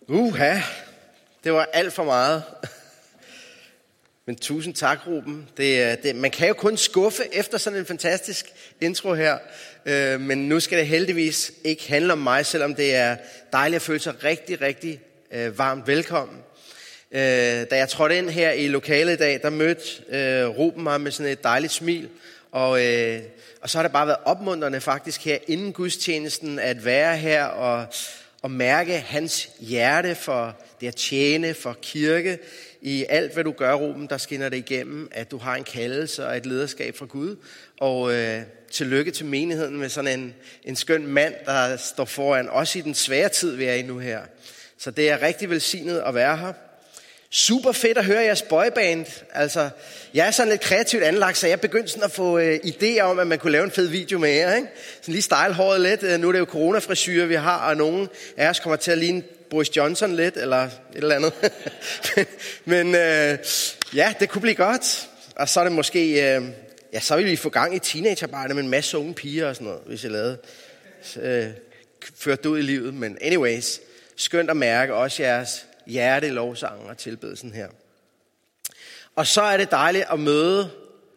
Det var alt for meget. Men tusind tak, Ruben. Man kan jo kun skuffe efter sådan en fantastisk intro her. Men nu skal det heldigvis ikke handle om mig, selvom det er dejligt at føle sig rigtig, rigtig varmt velkommen. Da jeg trådte ind her i lokalet i dag, der mødte Ruben mig med sådan et dejligt smil. Og så har det bare været opmuntrende faktisk her inden gudstjenesten at være her og mærke hans hjerte for det at tjene, for kirke. I alt, hvad du gør, Ruben, der skinner det igennem, at du har en kaldelse og et lederskab fra Gud. Og tillykke til menigheden med sådan en skøn mand, der står foran, også i den svære tid, vi er i nu her. Så det er rigtig velsignet at være her. Super fedt at høre jeres boyband. Altså, jeg er sådan lidt kreativt anlagt, så jeg begyndte sådan at få idéer om, at man kunne lave en fed video med jer, ikke? Sådan lige style håret lidt. Nu er det jo coronafrisyre, vi har, og nogen af os kommer til at ligne Boris Johnson lidt, eller et eller andet. Men ja, det kunne blive godt. Og så er det måske, så ville vi få gang i teenagearbejde med en masse unge piger og sådan noget, hvis jeg lavede. Førte det ud i livet, men anyways, skønt at mærke også jeres hjerte, lovsangen og tilbedelsen her. Og så er det dejligt at møde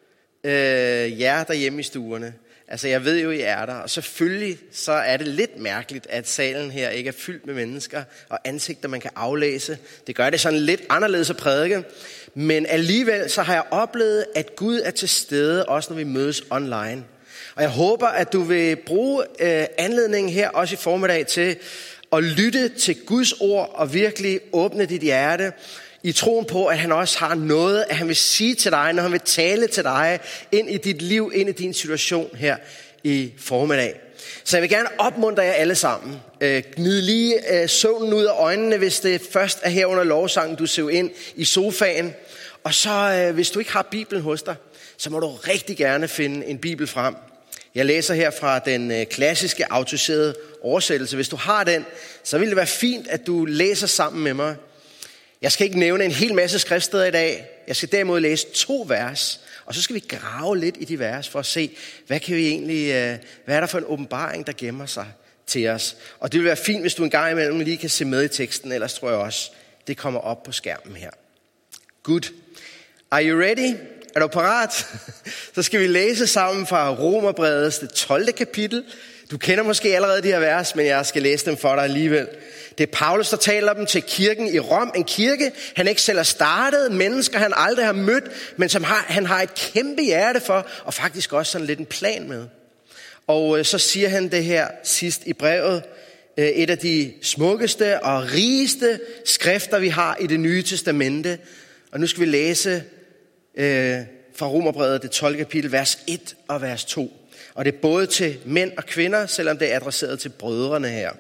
jer derhjemme i stuerne. Altså jeg ved jo, I er der, og selvfølgelig så er det lidt mærkeligt, at salen her ikke er fyldt med mennesker og ansigter, man kan aflæse. Det gør det sådan lidt anderledes at prædike, men alligevel så har jeg oplevet, at Gud er til stede, også når vi mødes online. Og jeg håber, at du vil bruge anledningen her, også i formiddag, til at lytte til Guds ord og virkelig åbne dit hjerte i troen på, at han også har noget, at han vil sige til dig, når han vil tale til dig ind i dit liv, ind i din situation her i formiddag. Så jeg vil gerne opmuntre jer alle sammen. Gnid lige søvnen ud af øjnene, hvis det først er her under lovsangen, du ser ind i sofaen. Og så hvis du ikke har Bibelen hos dig, så må du rigtig gerne finde en Bibel frem. Jeg læser her fra den klassiske autoriserede oversættelse. Hvis du har den, så vil det være fint, at du læser sammen med mig. Jeg skal ikke nævne en hel masse skriftsteder i dag. Jeg skal derimod læse 2 vers, og så skal vi grave lidt i de vers for at se, hvad er der for en åbenbaring, der gemmer sig til os. Og det vil være fint, hvis du en gang imellem lige kan se med i teksten, ellers tror jeg også, det kommer op på skærmen her. Good. Are you ready? Er du parat? Så skal vi læse sammen fra Romerbrevets det 12. kapitel. Du kender måske allerede de her vers, men jeg skal læse dem for dig alligevel. Det er Paulus, der taler dem til kirken i Rom. En kirke, han ikke selv har startet. Mennesker, han aldrig har mødt, men som han har et kæmpe hjerte for, og faktisk også sådan lidt en plan med. Og så siger han det her sidst i brevet. Et af de smukkeste og rigeste skrifter, vi har i det nye testamente. Og nu skal vi læse fra Romerbrevet, det 12. kapitel, vers 1 og vers 2. Og det er både til mænd og kvinder, selvom det er adresseret til brødrene her.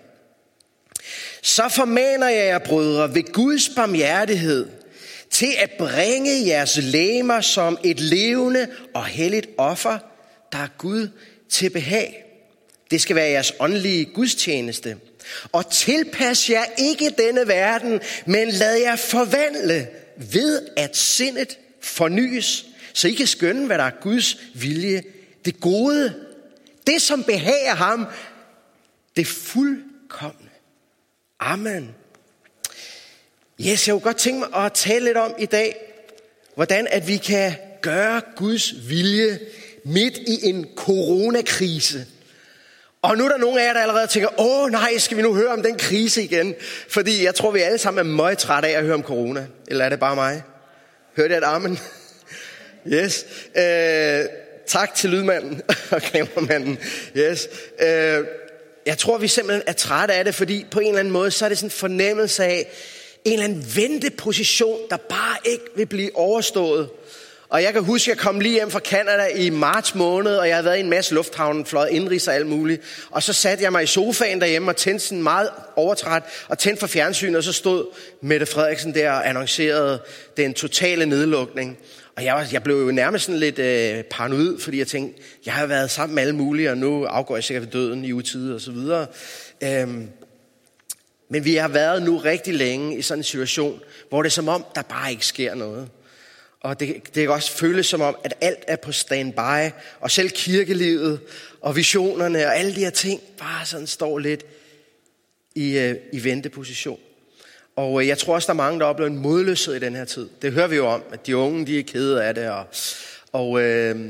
Så formaner jeg jer, brødre, ved Guds barmhjertighed, til at bringe jeres legemer som et levende og helligt offer, der er Gud til behag. Det skal være jeres åndelige gudstjeneste. Og tilpas jer ikke denne verden, men lad jer forvandle ved, at sindet fornyes, så I kan skønne, hvad der er Guds vilje, det gode, det som behager ham, det fuldkomne. Amen. Yes, jeg kunne godt tænke mig at tale lidt om i dag, hvordan at vi kan gøre Guds vilje midt i en coronakrise. Og nu er der nogle af jer, der allerede tænker, nej, skal vi nu høre om den krise igen? Fordi jeg tror, vi alle sammen er meget trætte af at høre om corona. Eller er det bare mig? Hørte jeg et amen? Yes. Tak til lydmanden og kameramanden. Yes. Jeg tror, vi simpelthen er trætte af det, fordi på en eller anden måde, så er det sådan en fornemmelse af en eller anden venteposition, der bare ikke vil blive overstået. Og jeg kan huske, at jeg kom lige hjem fra Canada i marts måned, og jeg havde været i en masse lufthavnen, fløjet indrigs og alt muligt. Og så satte jeg mig i sofaen derhjemme og tændte sådan meget overtræt og tændte for fjernsynet, og så stod Mette Frederiksen der og annoncerede den totale nedlukning. Og jeg blev jo nærmest sådan lidt paranoid, fordi jeg tænkte, jeg har været sammen med alle mulige, og nu afgår jeg sikkert ved døden i utide og så videre. Men vi har været nu rigtig længe i sådan en situation, hvor det er som om, der bare ikke sker noget. Og det kan også føles som om, at alt er på standby, og selv kirkelivet og visionerne og alle de her ting bare sådan står lidt i venteposition. Og jeg tror også, der er mange, der oplever en modløshed i den her tid. Det hører vi jo om, at de unge, de er kede af det, og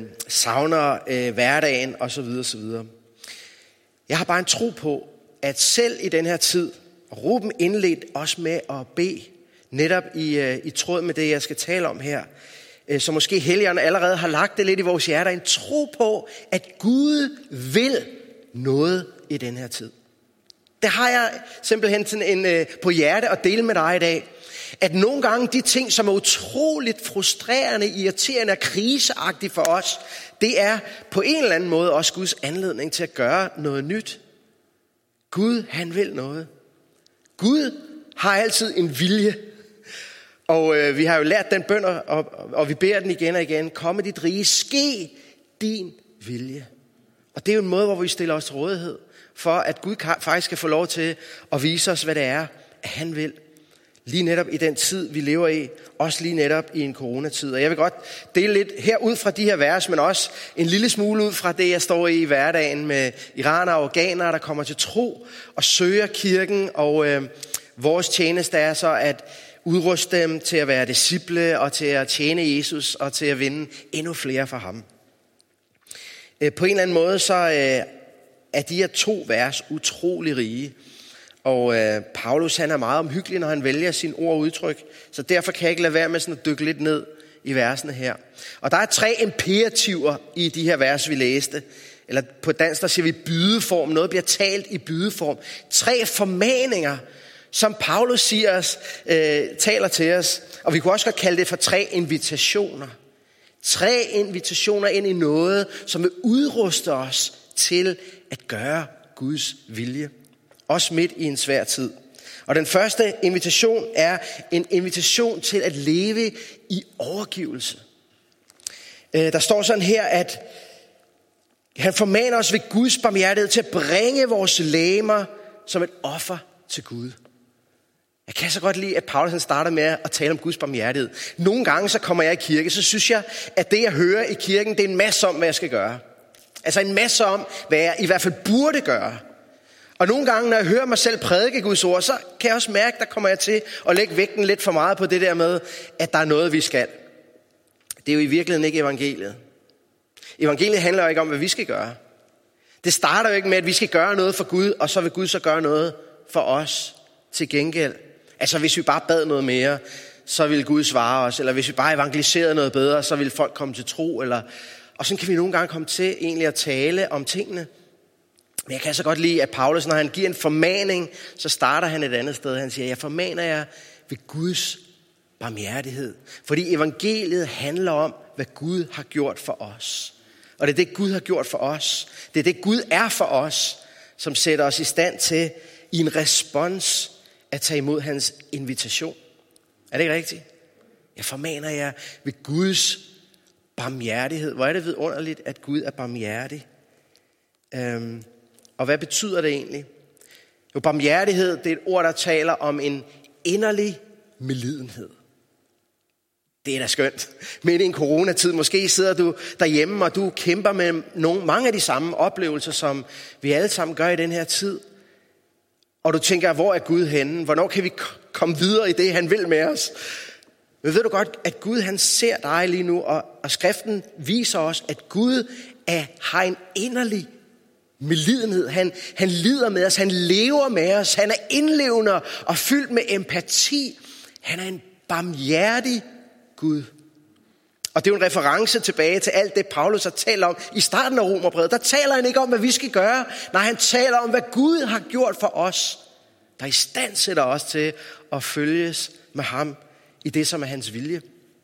savner hverdagen osv. osv. Jeg har bare en tro på, at selv i den her tid, og Ruben indledt også med at bede, netop i tråd med det, jeg skal tale om her, så måske Helligånden allerede har lagt det lidt i vores hjerter, en tro på, at Gud vil noget i den her tid. Det har jeg simpelthen på hjerte at dele med dig i dag. At nogle gange de ting, som er utroligt frustrerende, irriterende og kriseagtige for os, det er på en eller anden måde også Guds anledning til at gøre noget nyt. Gud, han vil noget. Gud har altid en vilje. Og vi har jo lært den bøn, og vi beder den igen og igen. Kom med dit rige, ske din vilje. Og det er jo en måde, hvor vi stiller os til rådighed, for at Gud faktisk skal få lov til at vise os, hvad det er, at han vil. Lige netop i den tid, vi lever i, også lige netop i en coronatid. Og jeg vil godt dele lidt her ud fra de her vers, men også en lille smule ud fra det, jeg står i hverdagen med iranere og afghanere, der kommer til tro og søger kirken. Og vores tjeneste er så at udruste dem til at være disciple og til at tjene Jesus og til at vinde endnu flere for ham. På en eller anden måde så er de her 2 vers utrolig rige. Og Paulus, han er meget omhyggelig, når han vælger sine ord og udtryk. Så derfor kan jeg ikke lade være med sådan at dykke lidt ned i versene her. Og der er 3 imperativer i de her vers, vi læste. Eller på dansk, der siger vi bydeform. Noget bliver talt i bydeform. 3 formaninger, som Paulus taler til os. Og vi kunne også godt kalde det for 3 invitationer. 3 invitationer ind i noget, som vil udruste os til at gøre Guds vilje. Også midt i en svær tid. Og den første invitation er en invitation til at leve i overgivelse. Der står sådan her, at han formaner os ved Guds barmhjertighed til at bringe vores legemer som et offer til Gud. Jeg kan så godt lide, at Paulus starter med at tale om Guds barmhjertighed. Nogle gange så kommer jeg i kirke, så synes jeg, at det jeg hører i kirken, det er en masse om, hvad jeg skal gøre. Altså en masse om, hvad jeg i hvert fald burde gøre. Og nogle gange, når jeg hører mig selv prædike Guds ord, så kan jeg også mærke, der kommer jeg til at lægge vægten lidt for meget på det der med, at der er noget, vi skal. Det er jo i virkeligheden ikke evangeliet. Evangeliet handler jo ikke om, hvad vi skal gøre. Det starter jo ikke med, at vi skal gøre noget for Gud, og så vil Gud så gøre noget for os til gengæld. Altså hvis vi bare bad noget mere, så ville Gud svare os. Eller hvis vi bare evangeliserede noget bedre, så ville folk komme til tro. Og sådan kan vi nogle gange komme til egentlig at tale om tingene. Men jeg kan så godt lide, at Paulus, når han giver en formaning, så starter han et andet sted. Han siger, jeg formaner jer ved Guds barmhjertighed. Fordi evangeliet handler om, hvad Gud har gjort for os. Og det er det, Gud har gjort for os. Det er det, Gud er for os, som sætter os i stand til i en respons at tage imod hans invitation. Er det ikke rigtigt? Jeg formaner jer ved Guds barmhjertighed. Hvor er det vidunderligt, at Gud er barmhjertig. Og hvad betyder det egentlig? Jo, barmhjertighed, det er et ord, der taler om en inderlig medlidenhed. Det er da skønt. Midt i en coronatid, måske sidder du derhjemme, og du kæmper med mange af de samme oplevelser, som vi alle sammen gør i den her tid. Og du tænker, hvor er Gud henne? Hvornår kan vi komme videre i det, han vil med os? Men ved du godt, at Gud han ser dig lige nu, og skriften viser os, at Gud har en inderlig medlidenhed. Han lider med os, han lever med os, han er indlevende og fyldt med empati. Han er en barmhjertig Gud. Og det er jo en reference tilbage til alt det, Paulus har talt om i starten af Romerbrevet. Der taler han ikke om, hvad vi skal gøre. Nej, han taler om, hvad Gud har gjort for os. Der i stand sætter os til at følges med ham i det, som er hans vilje.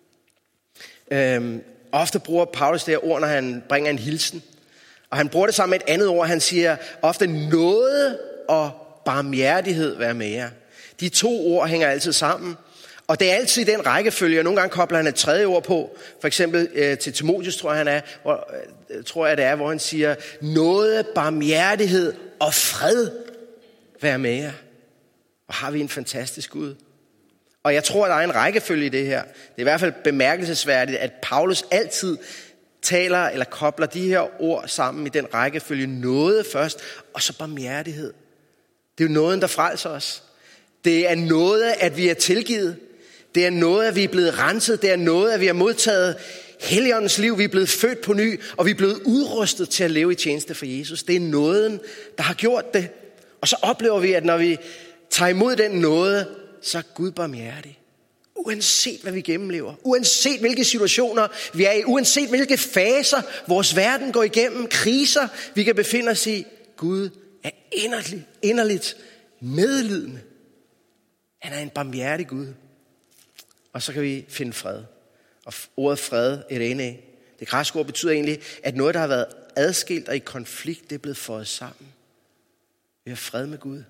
Ofte bruger Paulus det her ord, når han bringer en hilsen. Og han bruger det sammen med et andet ord. Han siger ofte nåde og barmhjertighed være med jer. De 2 ord hænger altid sammen. Og det er altid i den rækkefølge, og nogle gange kobler han et 3. ord på. For eksempel til Timotheus, tror jeg det er, hvor han siger, nåde, barmhjertighed og fred være med jer. Og har vi en fantastisk Gud. Og jeg tror, der er en rækkefølge i det her. Det er i hvert fald bemærkelsesværdigt, at Paulus altid taler eller kobler de her ord sammen i den rækkefølge. Nåde først, og så barmhjertighed. Det er jo nåden, der frelser os. Det er noget, at vi er tilgivet. Det er noget, at vi er blevet renset. Det er noget, at vi har modtaget Helligåndens liv. Vi er blevet født på ny, og vi er blevet udrustet til at leve i tjeneste for Jesus. Det er nåden, der har gjort det. Og så oplever vi, at når vi tager imod den nåde, så er Gud barmhjertig. Uanset hvad vi gennemlever, uanset hvilke situationer vi er i, uanset hvilke faser vores verden går igennem, kriser vi kan befinde os i, Gud er inderligt medlidende. Han er en barmhjertig Gud. Og så kan vi finde fred. Og ordet fred, irene, det græske ord betyder egentlig, at noget, der har været adskilt og i konflikt, det er blevet fået sammen. Vi har fred med Gud.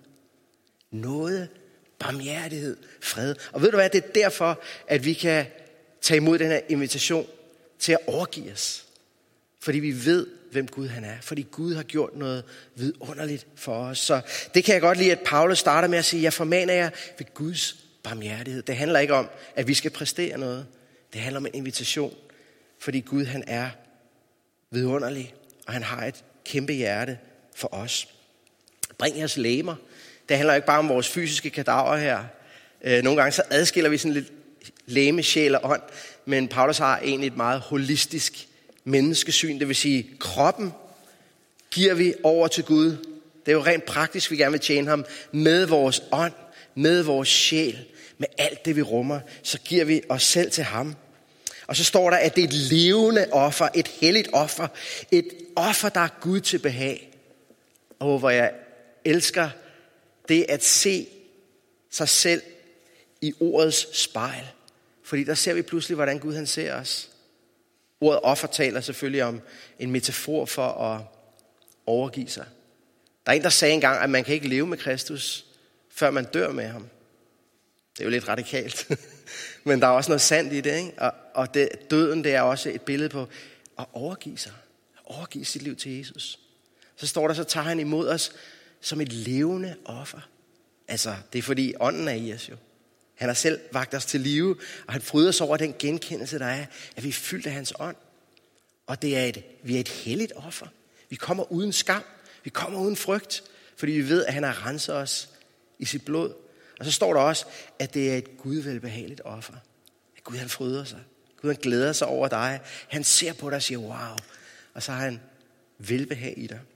Noget, barmhjertighed, fred. Og ved du hvad, det er derfor, at vi kan tage imod den her invitation til at overgive os. Fordi vi ved, hvem Gud han er. Fordi Gud har gjort noget vidunderligt for os. Så det kan jeg godt lide, at Paulus starter med at sige, jeg formaner jer ved Guds barmhjertighed. Det handler ikke om, at vi skal præstere noget. Det handler om en invitation. Fordi Gud han er vidunderlig, og han har et kæmpe hjerte for os. Bring jeres legemer. Det handler ikke bare om vores fysiske kadaver her. Nogle gange så adskiller vi sådan lidt legeme, sjæl og ånd. Men Paulus har egentlig et meget holistisk menneskesyn. Det vil sige, kroppen giver vi over til Gud. Det er jo rent praktisk, vi gerne vil tjene ham. Med vores ånd, med vores sjæl, med alt det vi rummer, så giver vi os selv til ham. Og så står der, at det er et levende offer, et helligt offer. Et offer, der er Gud til behag. Og hvor jeg elsker det at se sig selv i ordets spejl. Fordi der ser vi pludselig, hvordan Gud han ser os. Ordet offer taler selvfølgelig om en metafor for at overgive sig. Der er en, der sagde engang, at man kan ikke leve med Kristus, før man dør med ham. Det er jo lidt radikalt. Men der er også noget sandt i det, ikke? Og døden, det er også et billede på at overgive sig. At overgive sit liv til Jesus. Så står der, så tager han imod os som et levende offer. Altså, det er fordi ånden er i os jo. Han har selv vagt os til live, og han fryder sig over den genkendelse, der er, at vi er fyldt af hans ånd. Og vi er et helligt offer. Vi kommer uden skam. Vi kommer uden frygt, fordi vi ved, at han har renset os i sit blod. Og så står der også, at det er et Gud velbehageligt offer. At Gud han fryder sig. Gud han glæder sig over dig. Han ser på dig og siger, wow. Og så har han velbehag i dig.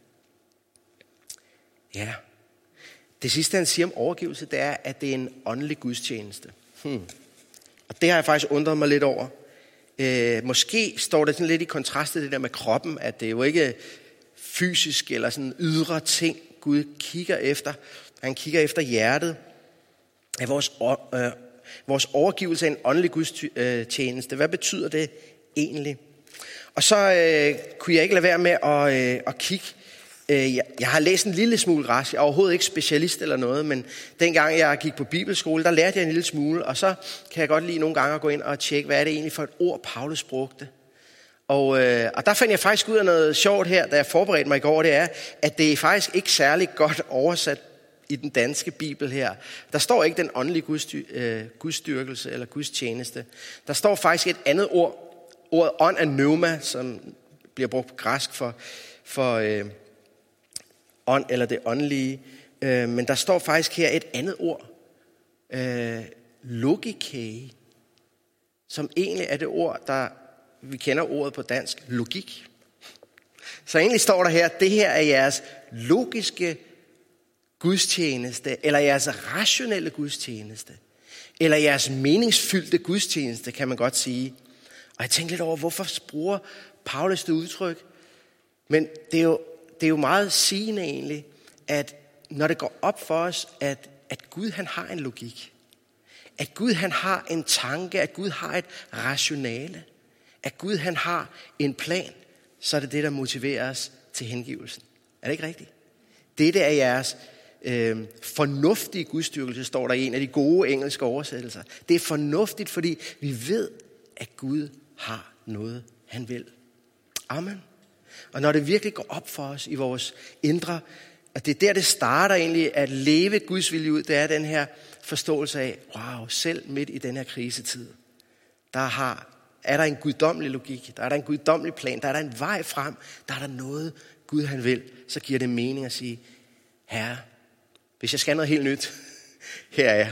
Ja. Det sidste, han siger om overgivelse, det er, at det er en åndelig gudstjeneste. Og det har jeg faktisk undret mig lidt over. Måske står det sådan lidt i kontrast til det der med kroppen, at det er jo ikke fysisk eller sådan ydre ting, Gud kigger efter. Han kigger efter hjertet. At vores overgivelse er en åndelig gudstjeneste. Hvad betyder det egentlig? Og så kunne jeg ikke lade være med at kigge. Jeg har læst en lille smule græsk. Jeg er overhovedet ikke specialist eller noget, men dengang jeg gik på bibelskole, der lærte jeg en lille smule, og så kan jeg godt lide nogle gange at gå ind og tjekke, hvad er det egentlig for et ord, Paulus brugte. Og der fandt jeg faktisk ud af noget sjovt her, da jeg forberedte mig i går, det er, at det er faktisk ikke særlig godt oversat i den danske bibel her. Der står ikke den åndelige gudstyrkelse eller gudstjeneste. Der står faktisk et andet ord. Ordet ånd er pneuma, som bliver brugt på græsk for ånd eller det åndelige. Men der står faktisk her et andet ord. Logikæ, som egentlig er det ord, der vi kender ordet på dansk, logik. Så egentlig står der her, det her er jeres logiske gudstjeneste, eller jeres rationelle gudstjeneste, eller jeres meningsfyldte gudstjeneste, kan man godt sige. Og jeg tænkte lidt over, hvorfor bruger Paulus det udtryk? Men det er jo meget sigende egentlig, at når det går op for os, at Gud han har en logik, at Gud han har en tanke, at Gud har et rationale, at Gud han har en plan, så er det det, der motiverer os til hengivelsen. Er det ikke rigtigt? Dette er jeres fornuftige gudstyrkelse, står der i en af de gode engelske oversættelser. Det er fornuftigt, fordi vi ved, at Gud har noget, han vil. Amen. Og når det virkelig går op for os i vores indre, at det er der, det starter egentlig at leve Guds vilje ud, det er den her forståelse af, wow, selv midt i den her krisetid, er der en guddommelig logik, der er der en guddommelig plan, der er der en vej frem, der er der noget, Gud han vil, så giver det mening at sige, Herre, hvis jeg skal noget helt nyt, her er jeg.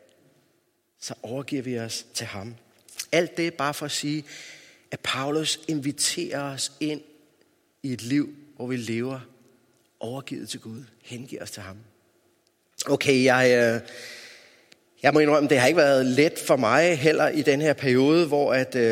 Så overgiver vi os til ham. Alt det er bare for at sige, at Paulus inviterer os ind i et liv, hvor vi lever overgivet til Gud. Hengiver os til ham. Okay, jeg må indrømme, det har ikke været let for mig heller i den her periode, hvor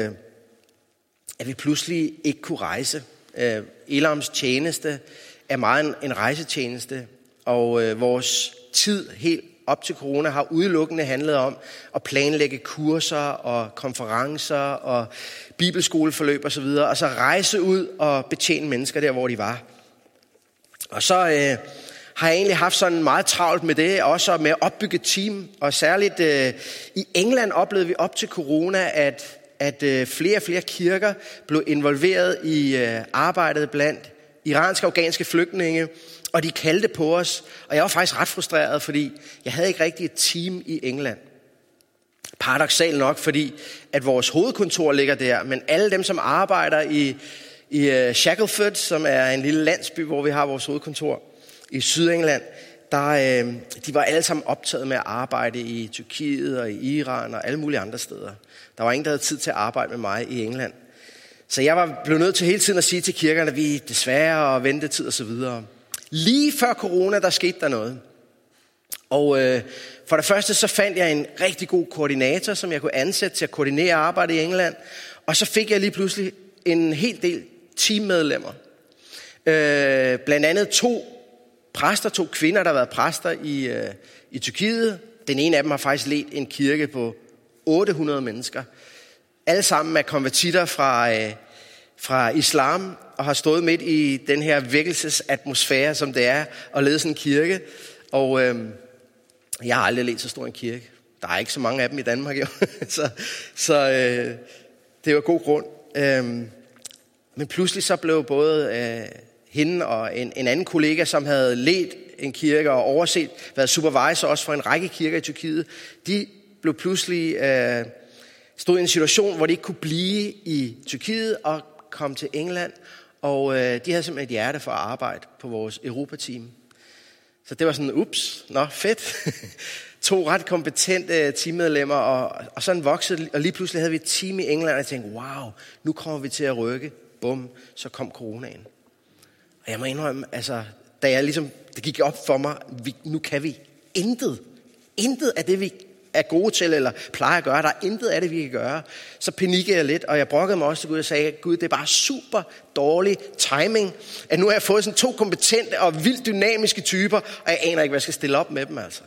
at vi pludselig ikke kunne rejse. Elams tjeneste er meget en rejsetjeneste, og vores tid helt op til corona har udelukkende handlet om at planlægge kurser og konferencer og bibelskoleforløb osv., og så rejse ud og betjene mennesker der, hvor de var. Og så har jeg egentlig haft sådan meget travlt med det, også med at opbygge et team, og særligt i England oplevede vi op til corona, at flere og flere kirker blev involveret i arbejdet blandt iranske og afghanske flygtninge, og de kaldte på os, og jeg var faktisk ret frustreret, fordi jeg havde ikke rigtig et team i England. Paradoksalt nok, fordi at vores hovedkontor ligger der, men alle dem, som arbejder i Shackleford, som er en lille landsby, hvor vi har vores hovedkontor i Sydengland, de var alle sammen optaget med at arbejde i Tyrkiet og i Iran og alle mulige andre steder. Der var ingen, der havde tid til at arbejde med mig i England. Så jeg blev nødt til hele tiden at sige til kirkerne, at vi desværre og ventetid og så videre. Lige før corona, der skete der noget. Og for det første, så fandt jeg en rigtig god koordinator, som jeg kunne ansætte til at koordinere arbejdet i England. Og så fik jeg lige pludselig en hel del teammedlemmer. Blandt andet 2 kvinder, der har været præster i Tyrkiet. Den ene af dem har faktisk ledt en kirke på 800 mennesker. Alle sammen er konvertitter fra islam, og har stået midt i den her vækkelsesatmosfære, som det er at lede sådan en kirke. Og jeg har aldrig ledt så stor en kirke. Der er ikke så mange af dem i Danmark, jo. så det var god grund. Men pludselig så blev både hende og en anden kollega, som havde ledt en kirke og været supervisor også for en række kirker i Tyrkiet, de blev pludselig stod i en situation, hvor de ikke kunne blive i Tyrkiet og kom til England, og de havde simpelthen et hjerte for at arbejde på vores Europateam. Så det var sådan, fedt. 2 ret kompetente teammedlemmer, og sådan voksede, og lige pludselig havde vi et team i England, og jeg tænkte, wow, nu kommer vi til at rykke. Bum, så kom coronaen. Og jeg må indrømme, altså, da jeg ligesom, det gik op for mig, nu kan vi intet. Intet af det, vi er gode til, eller plejer at gøre. Der er intet af det, vi kan gøre. Så panikkede jeg lidt, og jeg brokkede mig også til Gud og sagde, Gud, det er bare super dårlig timing, at nu har jeg fået sådan 2 kompetente og vildt dynamiske typer, og jeg aner ikke, hvad jeg skal stille op med dem, altså.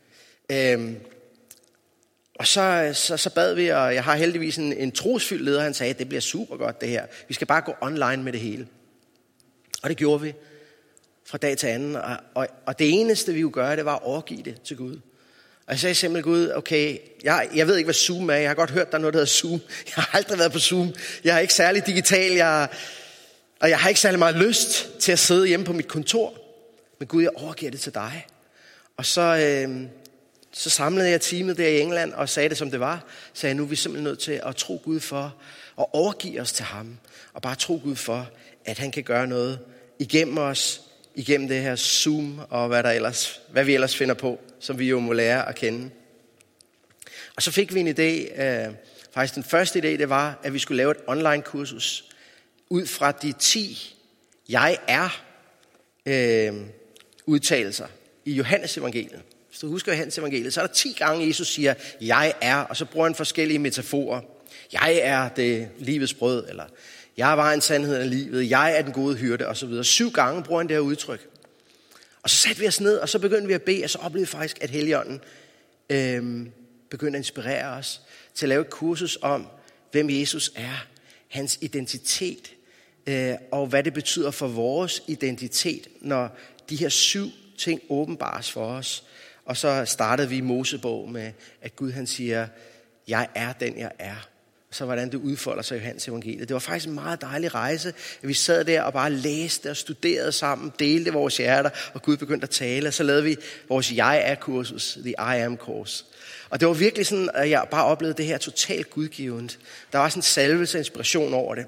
Og så bad vi, og jeg har heldigvis en trosfyldt leder, han sagde, det bliver super godt det her. Vi skal bare gå online med det hele. Og det gjorde vi fra dag til anden, og det eneste, vi kunne gøre, det var at overgive det til Gud. Og jeg sagde simpelthen, Gud, okay, jeg ved ikke, hvad Zoom er. Jeg har godt hørt, der er noget, der hedder Zoom. Jeg har aldrig været på Zoom. Jeg er ikke særlig digital, og jeg har ikke særlig meget lyst til at sidde hjemme på mit kontor. Men Gud, jeg overgiver det til dig. Og så samlede jeg teamet der i England og sagde det, som det var. Sagde, nu er vi simpelthen nødt til at tro Gud for at overgive os til ham. Og bare tro Gud for, at han kan gøre noget igennem os, igennem det her Zoom og hvad vi ellers finder på, som vi jo må lære at kende. Og så fik vi en idé, faktisk den første idé, det var, at vi skulle lave et online kursus ud fra de 10 jeg er udtalelser i Johannes evangeliet. Hvis du husker Johannes evangeliet, så er der 10 gange, Jesus siger, jeg er, og så bruger han forskellige metaforer. Jeg er det livets brød, eller jeg er vejen, sandheden af livet, jeg er den gode hyrde, osv. 7 gange bruger han det her udtryk. Og så satte vi os ned, og så begyndte vi at bede, og så oplevede vi faktisk, at Helligånden begyndte at inspirere os til at lave et kursus om, hvem Jesus er, hans identitet, og hvad det betyder for vores identitet, når de her 7 ting åbenbares for os. Og så startede vi i Mosebog med, at Gud han siger, jeg er den, jeg er. Og så hvordan det udfolder sig i Johannes evangeliet. Det var faktisk en meget dejlig rejse, at vi sad der og bare læste og studerede sammen, delte vores hjerter, og Gud begyndte at tale. Og så lavede vi vores jeg er-kursus, The I Am Course. Og det var virkelig sådan, at jeg bare oplevede det her totalt gudgivende. Der var sådan en salvelse og inspiration over det.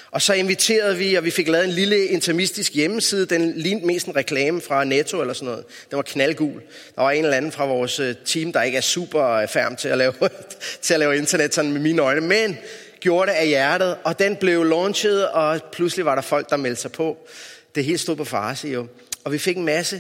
Og så inviterede vi, og vi fik lavet en lille intimistisk hjemmeside. Den lignede mest en reklame fra Netto eller sådan noget. Den var knaldgul. Der var en eller anden fra vores team, der ikke er super færm til at lave internet sådan med mine øjne, men gjorde det af hjertet, og den blev launchet, og pludselig var der folk, der meldte sig på. Det hele stod på farse jo. Og vi fik en masse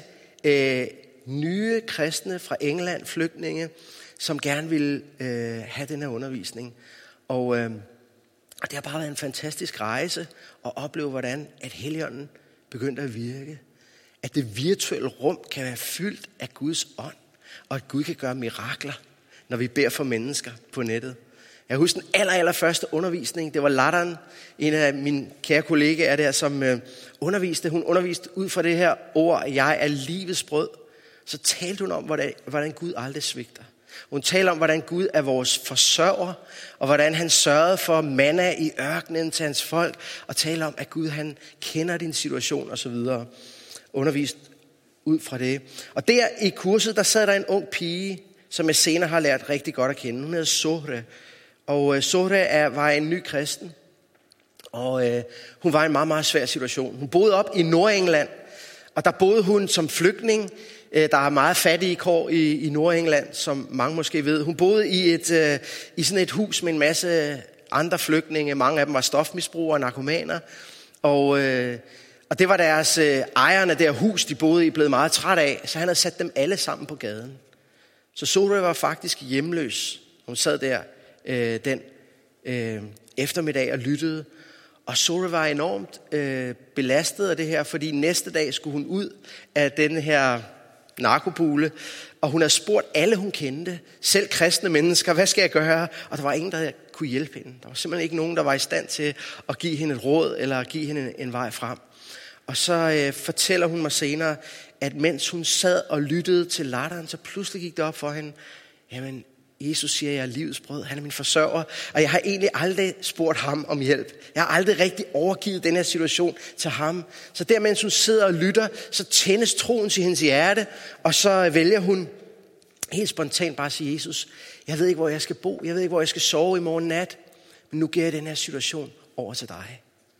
nye kristne fra England, flygtninge, som gerne ville have den her undervisning. Og det har bare været en fantastisk rejse at opleve, hvordan at Helligånden begyndte at virke. At det virtuelle rum kan være fyldt af Guds ånd, og at Gud kan gøre mirakler, når vi beder for mennesker på nettet. Jeg husker den allerførste undervisning. Det var Ladan, en af mine kære kollegaer der, som underviste. Hun underviste ud fra det her ord, jeg er livets brød. Så talte hun om, hvordan Gud aldrig svigter. Hun taler om, hvordan Gud er vores forsørger, og hvordan han sørgede for manna i ørkenen til hans folk, og taler om, at Gud han kender din situation osv. Undervist ud fra det. Og der i kurset, der sad der en ung pige, som jeg senere har lært rigtig godt at kende. Hun hedder Zohre. Og Zohre var en ny kristen, og hun var i en meget, meget svær situation. Hun boede op i Nordengland, og der boede hun som flygtning. Der er meget fattige kår i Nordengland, som mange måske ved. Hun boede i sådan et hus med en masse andre flygtninge. Mange af dem var stofmisbrugere og narkomaner. Og det var deres ejerne der hus, de boede i, blevet meget træt af. Så han havde sat dem alle sammen på gaden. Så Zohre var faktisk hjemløs. Hun sad der den eftermiddag og lyttede. Og Zohre var enormt belastet af det her, fordi næste dag skulle hun ud af den her narkobule, og hun havde spurgt alle, hun kendte, selv kristne mennesker, hvad skal jeg gøre? Og der var ingen, der kunne hjælpe hende. Der var simpelthen ikke nogen, der var i stand til at give hende et råd, eller give hende en vej frem. Og så fortæller hun mig senere, at mens hun sad og lyttede til latteren, så pludselig gik det op for hende, jamen, Jesus siger, jeg er livets brød, han er min forsørger, og jeg har egentlig aldrig spurgt ham om hjælp. Jeg har aldrig rigtig overgivet den her situation til ham. Så der, mens hun sidder og lytter, så tændes troen til hendes hjerte, og så vælger hun helt spontant bare at sige, Jesus, jeg ved ikke, hvor jeg skal bo, jeg ved ikke, hvor jeg skal sove i morgen nat, men nu giver jeg den her situation over til dig.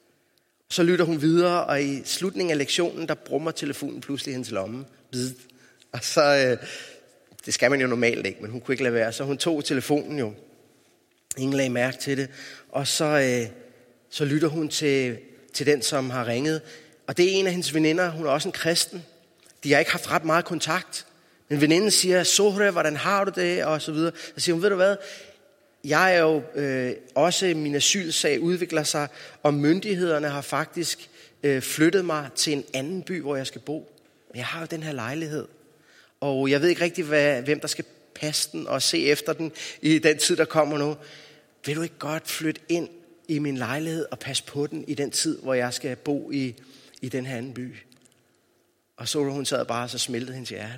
Så lytter hun videre, og i slutningen af lektionen, der brummer telefonen pludselig hendes lomme. Og så det skal man jo normalt ikke, men hun kunne ikke lade være. Så hun tog telefonen jo. Ingen lagde mærke til det. Og så lytter hun til den, som har ringet. Og det er en af hendes veninder. Hun er også en kristen. De har ikke haft ret meget kontakt. Men veninden siger, Zohre, hvordan har du det? Og så videre. Så siger hun, ved du hvad? Jeg er jo også, min asylsag udvikler sig, og myndighederne har faktisk flyttet mig til en anden by, hvor jeg skal bo. Men jeg har jo den her lejlighed. Og jeg ved ikke rigtig, hvem der skal passe den og se efter den i den tid, der kommer nu. Vil du ikke godt flytte ind i min lejlighed og passe på den i den tid, hvor jeg skal bo i den her anden by? Og så hun sad bare, så smeltede hendes hjerte.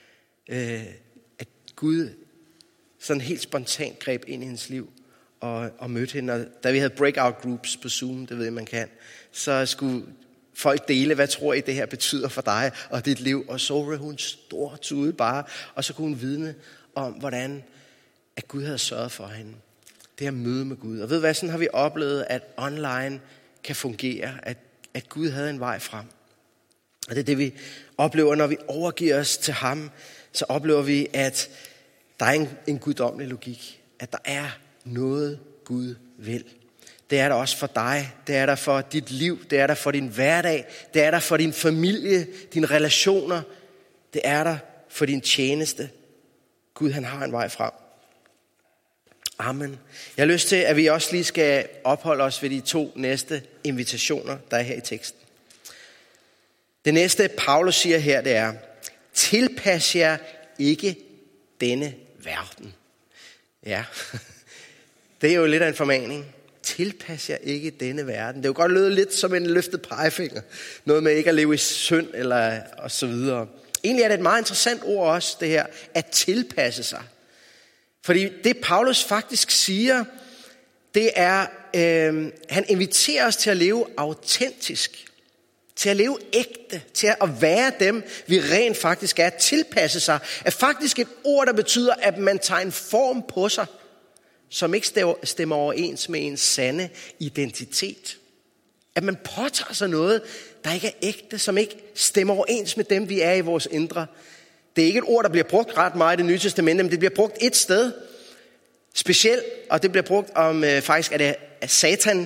At Gud sådan helt spontant greb ind i hendes liv og mødte hende. Og da vi havde breakout groups på Zoom, det ved jeg, man kan, så skulle folk dele, hvad tror I, det her betyder for dig og dit liv. Og så var hun stortude bare, og så kunne hun vidne om, hvordan at Gud havde sørget for hende. Det her møde med Gud. Og ved hvad, sådan har vi oplevet, at online kan fungere, at Gud havde en vej frem. Og det er det, vi oplever, når vi overgiver os til ham, så oplever vi, at der er en guddommelig logik. At der er noget, Gud vil. Det er der også for dig. Det er der for dit liv. Det er der for din hverdag. Det er der for din familie, dine relationer. Det er der for din tjeneste. Gud, han har en vej frem. Amen. Jeg har lyst til, at vi også lige skal opholde os ved de 2 næste invitationer, der er her i teksten. Det næste, Paulus siger her, det er, tilpas jer ikke denne verden. Ja, det er jo lidt af en formaning. Tilpas jer ikke denne verden. Det er jo godt lyde lidt som en løftet pegefinger. Noget med ikke at leve i synd eller og så videre. Egentlig er det et meget interessant ord også, det her, at tilpasse sig. Fordi det Paulus faktisk siger, det er, han inviterer os til at leve autentisk. Til at leve ægte. Til at være dem, vi rent faktisk er. Tilpasse sig er faktisk et ord, der betyder, at man tager en form på sig, som ikke stemmer overens med ens sande identitet. At man påtager sig noget, der ikke er ægte, som ikke stemmer overens med dem, vi er i vores indre. Det er ikke et ord, der bliver brugt ret meget i Det Nye Testamente, men det bliver brugt et sted. Specielt, og det bliver brugt om faktisk, at det er Satan,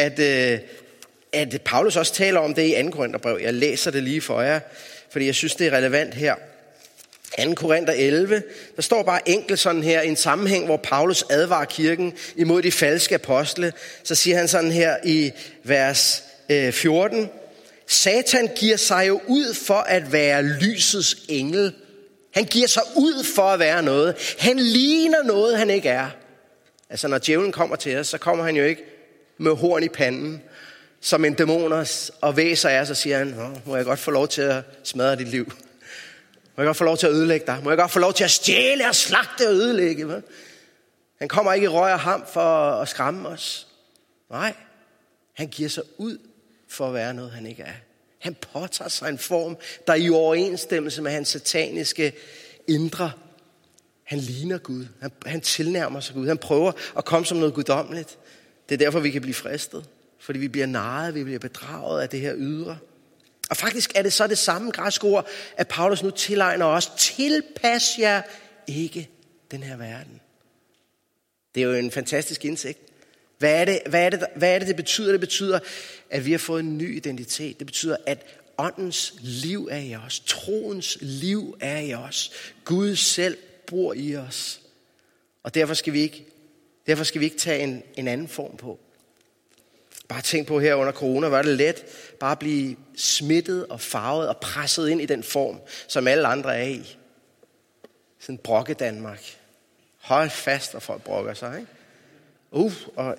at Paulus også taler om det i 2. Korintherbrev. Jeg læser det lige for jer, fordi jeg synes, det er relevant her. 2. Korinther 11, der står bare enkelt sådan her, i en sammenhæng, hvor Paulus advarer kirken imod de falske apostle. Så siger han sådan her i vers 14, Satan giver sig jo ud for at være lysets engel. Han giver sig ud for at være noget. Han ligner noget, han ikke er. Altså når djævlen kommer til os, så kommer han jo ikke med horn i panden, som en dæmoner og væser er, så siger han, må jeg godt få lov til at smadre dit liv? Må jeg godt få lov til at ødelægge dig? Må jeg godt få lov til at stjæle og slagte og ødelægge? Hva? Han kommer ikke i røg og ham for at skræmme os. Nej, han giver sig ud for at være noget, han ikke er. Han påtager sig en form, der er i overensstemmelse med hans sataniske indre. Han ligner Gud. Han tilnærmer sig Gud. Han prøver at komme som noget guddommeligt. Det er derfor, vi kan blive fristet. Fordi vi bliver narret, vi bliver bedraget af det her ydre. Og faktisk er det så det samme græske ord, at Paulus nu tilegner os. Tilpas jer ikke den her verden. Det er jo en fantastisk indsigt. Hvad er det betyder? Det betyder, at vi har fået en ny identitet. Det betyder, at åndens liv er i os. Troens liv er i os. Gud selv bor i os. Og derfor skal vi ikke tage en anden form på. Bare tænk på her under corona, var det let bare at blive smittet og farvet og presset ind i den form, som alle andre er i. Sådan brokke Danmark. Hold fast, og folk brokker sig, ikke?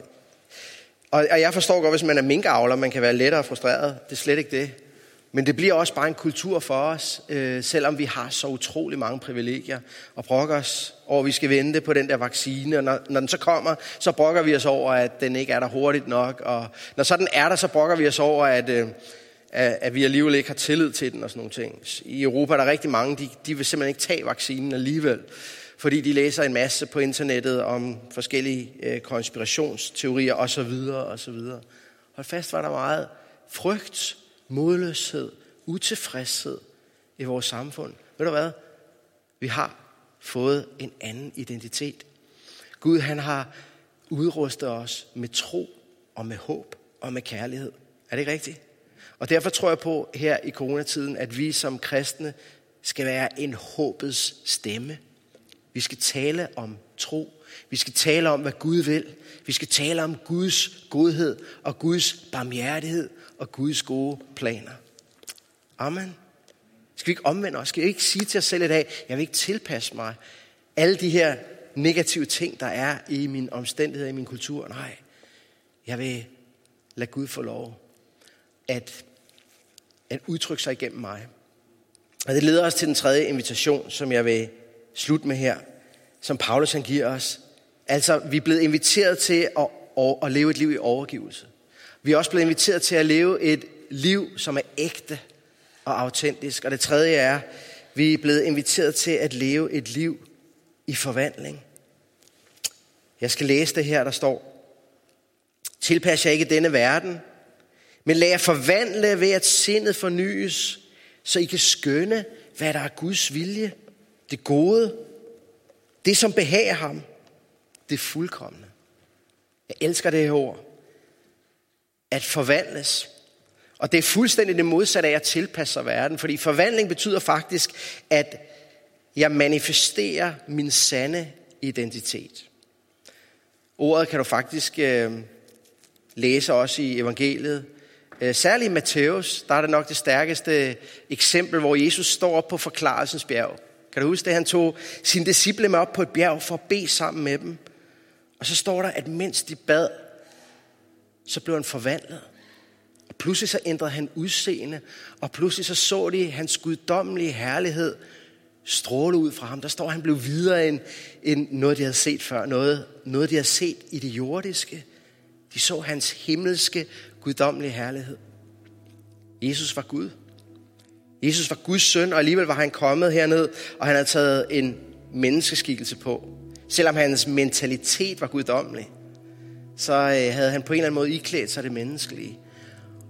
Og jeg forstår godt, hvis man er minkavler, man kan være lettere frustreret. Det er slet ikke det. Men det bliver også bare en kultur for os, selvom vi har så utrolig mange privilegier, og brokker os over, at vi skal vente på den der vaccine. Og når den så kommer, så brokker vi os over, at den ikke er der hurtigt nok. Og når så den er der, så brokker vi os over, at vi alligevel ikke har tillid til den og sådan nogle ting. I Europa er der rigtig mange, de vil simpelthen ikke tage vaccinen alligevel, fordi de læser en masse på internettet om forskellige konspirationsteorier osv. osv. Hold fast, var der meget frygt, modløshed, utilfredshed i vores samfund. Ved du hvad? Vi har fået en anden identitet. Gud, han har udrustet os med tro og med håb og med kærlighed. Er det ikke rigtigt? Og derfor tror jeg på her i coronatiden, at vi som kristne skal være en håbets stemme. Vi skal tale om tro. Vi skal tale om, hvad Gud vil. Vi skal tale om Guds godhed og Guds barmhjertighed og Guds gode planer. Amen. Skal vi ikke omvende os? Skal vi ikke sige til os selv i dag, jeg vil ikke tilpasse mig alle de her negative ting, der er i mine omstændigheder, i min kultur? Nej, jeg vil lade Gud få lov at udtrykke sig igennem mig. Og det leder os til den tredje invitation, som jeg vil slutte med her, som Paulus han giver os. Altså, vi er blevet inviteret til at leve et liv i overgivelse. Vi er også blevet inviteret til at leve et liv, som er ægte og autentisk. Og det tredje er, vi er blevet inviteret til at leve et liv i forvandling. Jeg skal læse det her, der står: Tilpas jer ikke denne verden, men lad jer forvandle ved at sindet fornyes, så I kan skønne, hvad der er Guds vilje, det gode, det som behager ham, det fuldkomne. Jeg elsker det her ord. At forvandles. Og det er fuldstændig det modsatte af at tilpasse sig verden. Fordi forvandling betyder faktisk, at jeg manifesterer min sande identitet. Ordet kan du faktisk læse også i evangeliet. Særligt i Matthæus, der er det nok det stærkeste eksempel, hvor Jesus står op på forklarelsens bjerg. Kan du huske det? Han tog sine disciple med op på et bjerg for at bede sammen med dem. Og så står der, at mens de bad, så blev han forvandlet. Og pludselig så ændrede han udseende, og pludselig så de hans guddommelige herlighed stråle ud fra ham. Der står, at han blev videre end noget, de havde set før. Noget, de havde set i det jordiske. De så hans himmelske, guddommelige herlighed. Jesus var Gud. Jesus var Guds søn, og alligevel var han kommet herned, og han havde taget en menneskeskikkelse på. Selvom hans mentalitet var guddommelig, så havde han på en eller anden måde iklædt sig det menneskelige.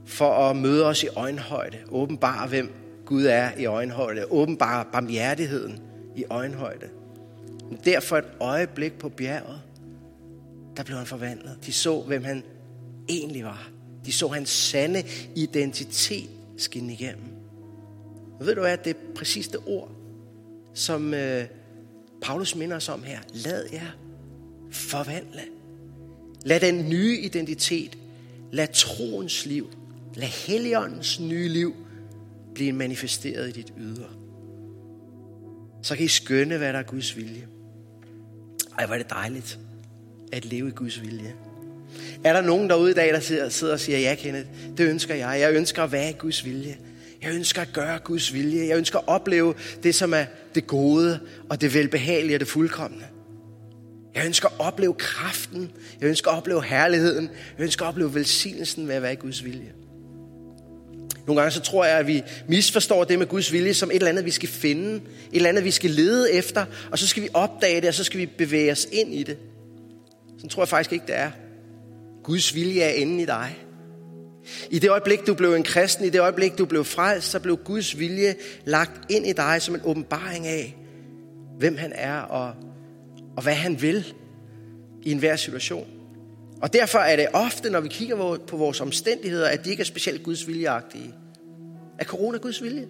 for at møde os i øjenhøjde. Åbenbare, hvem Gud er i øjenhøjde. Åbenbare barmhjertigheden i øjenhøjde. Men derfor et øjeblik på bjerget, der blev han forvandlet. De så, hvem han egentlig var. De så hans sande identitet skinne igennem. Og ved du hvad, det er præcis det ord, som Paulus minder os om her. Lad jer forvandle. Lad den nye identitet, lad troens liv, lad Helligåndens nye liv blive manifesteret i dit ydre. Så kan I skønne, hvad der er Guds vilje. Ej, hvor er det dejligt at leve i Guds vilje. Er der nogen derude i dag, der sidder og siger, ja Kenneth, det ønsker jeg. Jeg ønsker at være i Guds vilje. Jeg ønsker at gøre Guds vilje. Jeg ønsker at opleve det, som er det gode og det velbehagelige og det fuldkomne. Jeg ønsker at opleve kraften. Jeg ønsker at opleve herligheden. Jeg ønsker at opleve velsignelsen ved at være i Guds vilje. Nogle gange så tror jeg, at vi misforstår det med Guds vilje som et eller andet, vi skal finde. Et eller andet, vi skal lede efter. Og så skal vi opdage det, og så skal vi bevæge os ind i det. Sådan tror jeg faktisk ikke, det er. Guds vilje er inde i dig. I det øjeblik, du blev en kristen, i det øjeblik, du blev frelst, så blev Guds vilje lagt ind i dig som en åbenbaring af, hvem han er og hvad han vil i enhver situation. Og derfor er det ofte, når vi kigger på vores omstændigheder, at de ikke er specielt Guds viljeagtige. Er corona Guds vilje?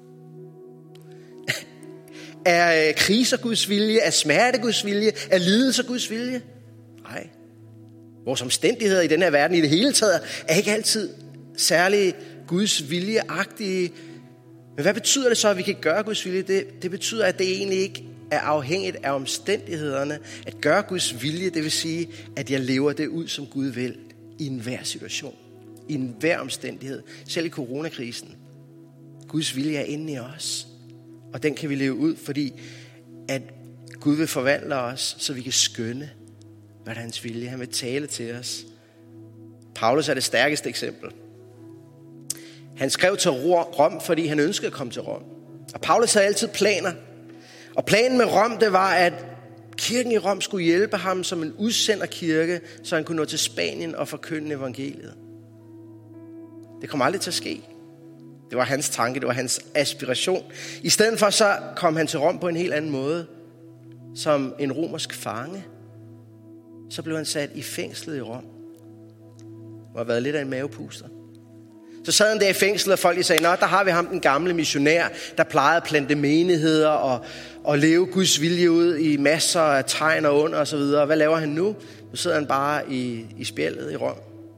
Er kriser Guds vilje? Er smerte Guds vilje? Er lidelse Guds vilje? Nej. Vores omstændigheder i den her verden i det hele taget er ikke altid særlig Guds viljeagtige. Men hvad betyder det så, at vi kan gøre Guds vilje? Det betyder, at det egentlig ikke er afhængigt af omstændighederne. At gøre Guds vilje, det vil sige, at jeg lever det ud, som Gud vil i enhver situation. I enhver omstændighed. Selv i coronakrisen. Guds vilje er inde i os. Og den kan vi leve ud, fordi at Gud vil forvandle os, så vi kan skønne, hvad der er hans vilje. Han vil tale til os. Paulus er det stærkeste eksempel. Han skrev til Rom, fordi han ønskede at komme til Rom. Og Paulus havde altid planer. Og planen med Rom, det var, at kirken i Rom skulle hjælpe ham som en udsenderkirke, så han kunne nå til Spanien og forkynde evangeliet. Det kom aldrig til at ske. Det var hans tanke, det var hans aspiration. I stedet for så kom han til Rom på en helt anden måde. Som en romersk fange. Så blev han sat i fængslet i Rom. Og har været lidt af en mavepuster. Så sad han der i fængslet, og folk sagde, nå, der har vi ham, den gamle missionær, der plejede at plante menigheder og leve Guds vilje ud i masser af tegn og under og så videre. Hvad laver han nu? Nu sidder han bare i spjældet i Rom.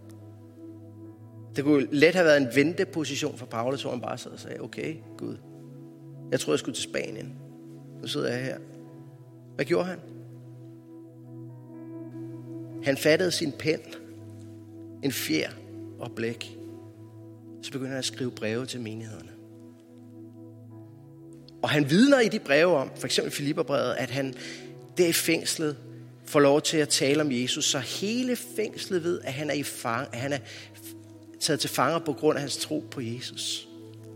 Det kunne let have været en venteposition for Paulus, hvor han bare sad og sagde, okay, Gud, jeg troede, jeg skulle til Spanien. Nu sidder jeg her. Hvad gjorde han? Han fattede sin pen, en fjer og blæk. Så begynder han at skrive breve til menighederne. Og han vidner i de breve om, for eksempel Filipperbrevet, at han der i fængslet får lov til at tale om Jesus, så hele fængslet ved, at han er taget til fanger på grund af hans tro på Jesus.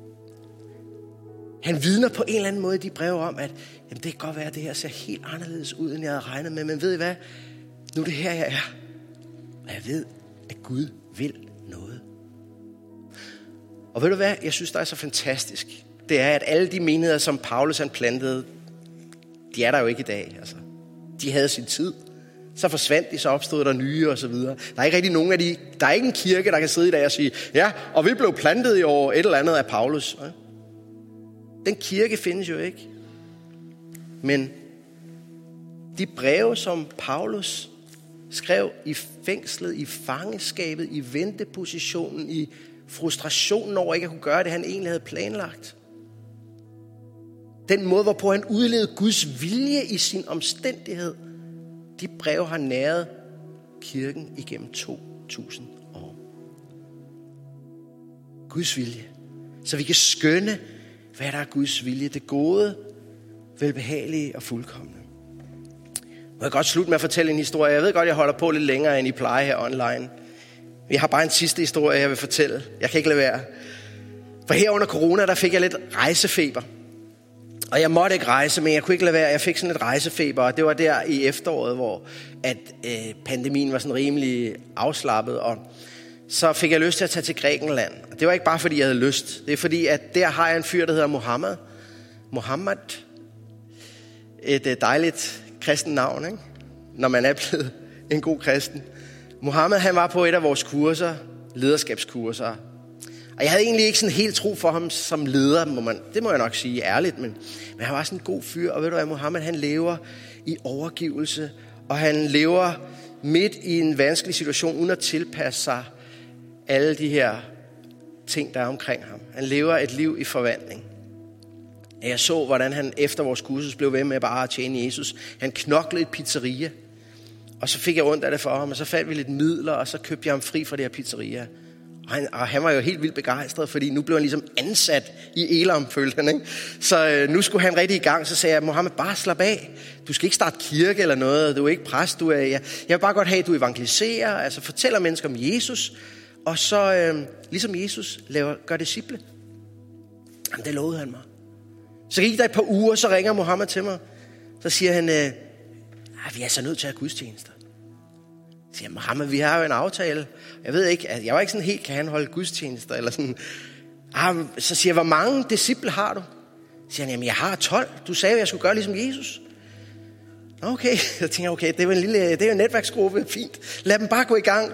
Han vidner på en eller anden måde i de breve om, at jamen, det kan godt være, at det her ser helt anderledes ud, end jeg havde regnet med, men ved I hvad? Nu er det her, jeg er. Og jeg ved, at Gud vil noget. Og ved du hvad? Jeg synes, der er så fantastisk. Det er, at alle de menigheder, som Paulus han plantede, de er der jo ikke i dag. Altså, de havde sin tid. Så forsvandt de, så opstod der nye og så videre. Der er ikke rigtig nogen af de... Der er ikke en kirke, der kan sidde i dag og sige, ja, og vi blev plantet i år et eller andet af Paulus. Den kirke findes jo ikke. Men de breve, som Paulus skrev i fængslet, i fangeskabet, i ventepositionen, i frustrationen over ikke at kunne gøre det, han egentlig havde planlagt. Den måde, hvorpå han udlevede Guds vilje i sin omstændighed. De breve har næret kirken igennem 2000 år. Guds vilje. Så vi kan skønne, hvad der er Guds vilje. Det gode, velbehagelige og fuldkomne. Må jeg godt slutte med at fortælle en historie. Jeg ved godt, jeg holder på lidt længere, end I plejer her online. Jeg har bare en sidste historie, jeg vil fortælle. Jeg kan ikke lade være. For her under corona, der fik jeg lidt rejsefeber. Og jeg måtte ikke rejse, men jeg kunne ikke lade være. Jeg fik sådan lidt rejsefeber, og det var der i efteråret, hvor at pandemien var sådan rimelig afslappet. Og så fik jeg lyst til at tage til Grækenland. Og det var ikke bare, fordi jeg havde lyst. Det er fordi, at der har jeg en fyr, der hedder Mohammed. Et dejligt kristen navn, ikke? Når man er blevet en god kristen. Mohammed, han var på et af vores kurser, lederskabskurser. Og jeg havde egentlig ikke sådan helt tro for ham som leder, det må jeg nok sige ærligt, men han var sådan en god fyr. Og ved du hvad, Mohammed, han lever i overgivelse, og han lever midt i en vanskelig situation, uden at tilpasse sig alle de her ting, der er omkring ham. Han lever et liv i forvandling. Jeg så, hvordan han efter vores kursus blev ved med bare at tjene Jesus. Han knoklede et pizzeria, og så fik jeg ondt af det for ham, og så fandt vi lidt midler, og så købte jeg ham fri fra det her pizzeria. Og han var jo helt vildt begejstret, fordi nu blev han ligesom ansat i Elam, følte han, ikke? Så nu skulle han rigtig i gang. Så sagde jeg, Mohammed, bare slap af. Du skal ikke starte kirke eller noget. Du er ikke præst. Jeg vil bare godt have, at du evangeliserer, altså fortæller mennesker om Jesus. Og så, ligesom Jesus, gør disciple. Jamen, det lovede han mig. Så gik der et par uger, så ringer Mohammed til mig. Så siger han, vi er så nødt til at have gudstjenester. Så siger Mohammed, vi har jo en aftale. Jeg ved ikke, jeg var ikke sådan helt, kan han holde gudstjenester? Eller sådan. Så siger jeg, hvor mange disciple har du? Så siger han, jamen jeg har 12. Du sagde at jeg skulle gøre ligesom Jesus. Okay, så tænker jeg, okay, det er jo en netværksgruppe, fint. Lad dem bare gå i gang.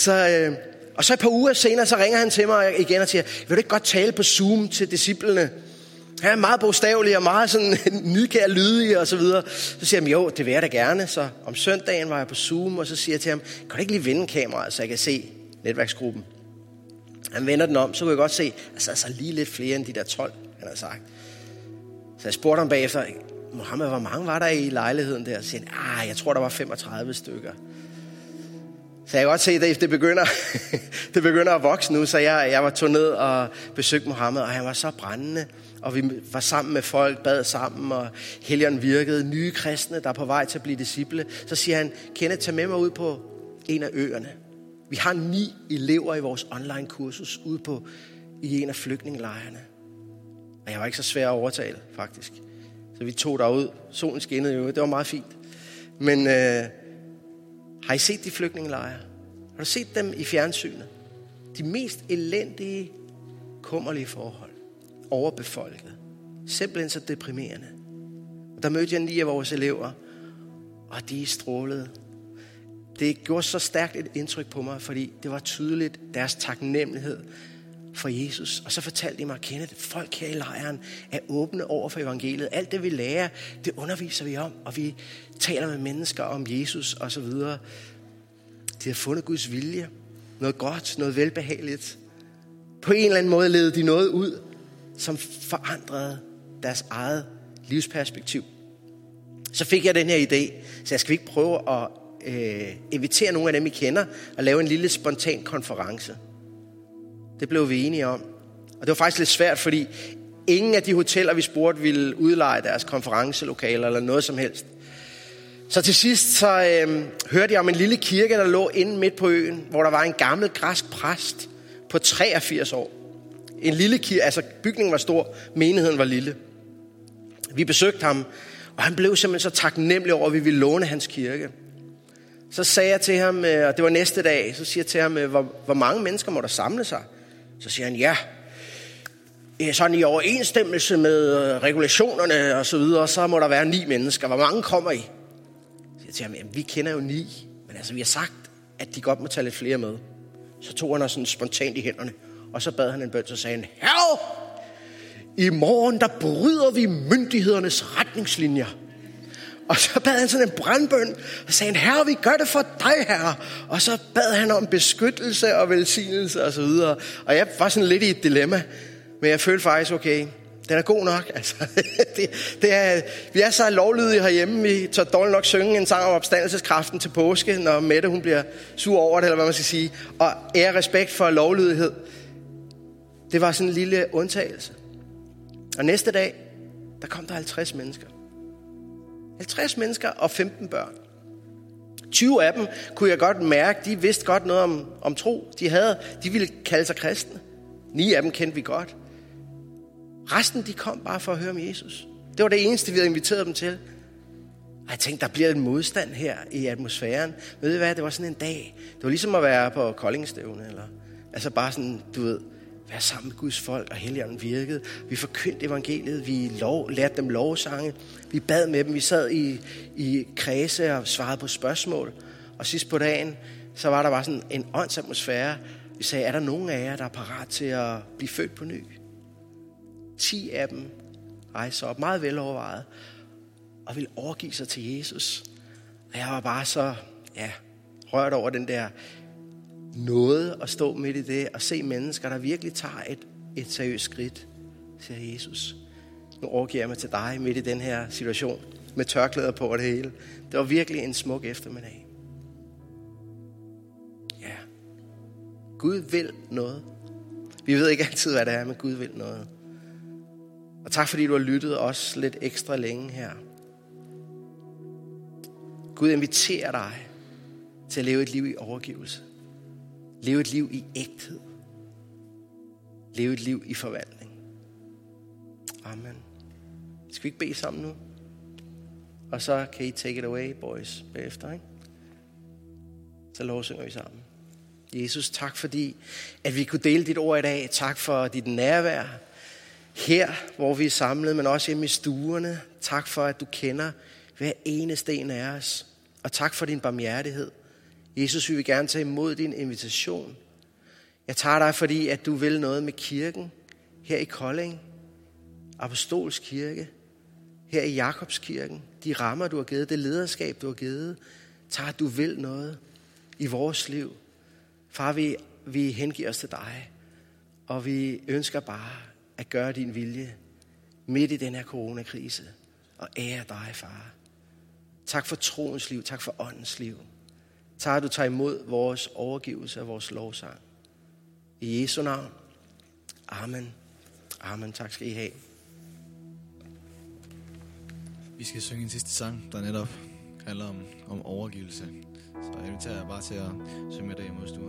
Og så et par uger senere, så ringer han til mig igen og siger, vil du ikke godt tale på Zoom til disciplene? Han er meget bogstavelig og meget sådan nidkær lydig og så videre. Så siger han, jo, det vil jeg da gerne. Så om søndagen var jeg på Zoom, og så siger jeg til ham, kan du ikke lige vende kameraet, så jeg kan se netværksgruppen? Han vender den om, så kunne jeg godt se, altså lige lidt flere end de der 12, han har sagt. Så jeg spurgte ham bagefter, Mohammed, hvor mange var der i lejligheden der? Så siger han, jeg tror, der var 35 stykker. Så jeg kan godt se, at det begynder at vokse nu, så jeg var taget ned og besøgte Mohammed, og han var så brændende. Og vi var sammen med folk, bad sammen, og Helligånden virkede. Nye kristne, der er på vej til at blive disciple. Så siger han, Kenneth, tag med mig ud på en af øerne. Vi har 9 elever i vores online-kursus ude i en af flygtningelejrene. Og jeg var ikke så svær at overtale, faktisk. Så vi tog derud. Solen skinnede jo. Det var meget fint. Men har I set de flygtningelejre? Har du set dem i fjernsynet? De mest elendige, kummerlige forhold. Overbefolket. Simpelthen så deprimerende. Og der mødte jeg 9 af vores elever, og de strålede. Det gjorde så stærkt et indtryk på mig, fordi det var tydeligt deres taknemmelighed for Jesus. Og så fortalte de mig, Kenneth, folk her i lejren er åbne over for evangeliet. Alt det vi lærer, det underviser vi om, og vi taler med mennesker om Jesus og så videre. De har fundet Guds vilje. Noget godt, noget velbehageligt. På en eller anden måde levede de noget ud, som forandrede deres eget livsperspektiv. Så fik jeg den her idé, så jeg skal ikke prøve at invitere nogle af dem, I kender, og lave en lille spontan konference. Det blev vi enige om. Og det var faktisk lidt svært, fordi ingen af de hoteller, vi spurgte, ville udleje deres konferencelokaler eller noget som helst. Så til sidst så hørte jeg om en lille kirke, der lå inde midt på øen, hvor der var en gammel græsk præst på 83 år. En lille kirke, altså bygningen var stor, menigheden var lille. Vi besøgte ham, og han blev simpelthen så taknemmelig over, at vi ville låne hans kirke. Så sagde jeg til ham, og det var næste dag, så siger jeg til ham, hvor mange mennesker må der samle sig? Så siger han, ja, sådan i overensstemmelse med regulationerne og så videre, så må der være 9 mennesker. Hvor mange kommer I? Så siger jeg til ham, jamen, vi kender jo 9, men altså vi har sagt, at de godt må tage lidt flere med. Så tog han os sådan spontant i hænderne, og så bad han en bøn, så sagde han, Herre, i morgen der bryder vi myndighedernes retningslinjer. Og så bad han sådan en brandbøn, og sagde han, Herre, vi gør det for dig, Herre. Og så bad han om beskyttelse og velsignelse og så videre. Og jeg var sådan lidt i et dilemma, men jeg følte faktisk, okay, den er god nok. Altså, vi er så lovlydige herhjemme, vi tør dårligt nok synge en sang om opstandelseskraften til påske, når Mette hun bliver sur over det, eller hvad man skal sige. Og ære respekt for lovlydighed. Det var sådan en lille undtagelse. Og næste dag, der kom der 50 mennesker. 50 mennesker og 15 børn. 20 af dem kunne jeg godt mærke, de vidste godt noget om tro. De ville kalde sig kristne. 9 af dem kendte vi godt. Resten, de kom bare for at høre om Jesus. Det var det eneste, vi havde inviteret dem til. Og jeg tænkte, der bliver en modstand her i atmosfæren. Ved I hvad, det var sådan en dag. Det var ligesom at være på Koldingstævne, eller altså bare sådan, du ved, være sammen med Guds folk, og Helligånden virkede. Vi forkyndte evangeliet, vi lærte dem lovsange, vi bad med dem, vi sad i kredse og svarede på spørgsmål. Og sidst på dagen, så var der bare sådan en åndsatmosfære. Vi sagde, er der nogen af jer, der er parat til at blive født på ny? 10 af dem rejser op, meget velovervejet, og ville overgive sig til Jesus. Og jeg var bare så rørt over den der nåde at stå midt i det, og se mennesker, der virkelig tager et seriøst skridt, siger Jesus. Nu overgiver jeg mig til dig midt i den her situation, med tørklæder på og det hele. Det var virkelig en smuk eftermiddag. Ja. Gud vil noget. Vi ved ikke altid, hvad det er, men Gud vil noget. Og tak fordi du har lyttet også lidt ekstra længe her. Gud inviterer dig til at leve et liv i overgivelse. Leve et liv i ægthed. Leve et liv i forvandling. Amen. Skal vi ikke bede sammen nu? Og så kan I take it away, boys, bagefter, ikke? Så lovsynger vi sammen. Jesus, tak fordi, at vi kunne dele dit ord i dag. Tak for dit nærvær her, hvor vi er samlet, men også hjemme i stuerne. Tak for, at du kender hver eneste en af os. Og tak for din barmhjertighed. Jesus, vi vil gerne tage imod din invitation. Jeg tager dig, fordi at du vil noget med kirken her i Kolding, Apostolsk Kirke, her i Jakobskirken. De rammer, du har givet, det lederskab, du har givet. Tak, at du vil noget i vores liv. Far, vi hengiver os til dig, og vi ønsker bare at gøre din vilje midt i den her coronakrise, og ære dig, far. Tak for troens liv, tak for åndens liv. Tak, at du tager imod vores overgivelse af vores lovsang. I Jesu navn. Amen. Amen. Tak skal I have. Vi skal synge en sidste sang, der netop handler om overgivelse. Så jeg inviterer jer bare til at synge med det i modstuen.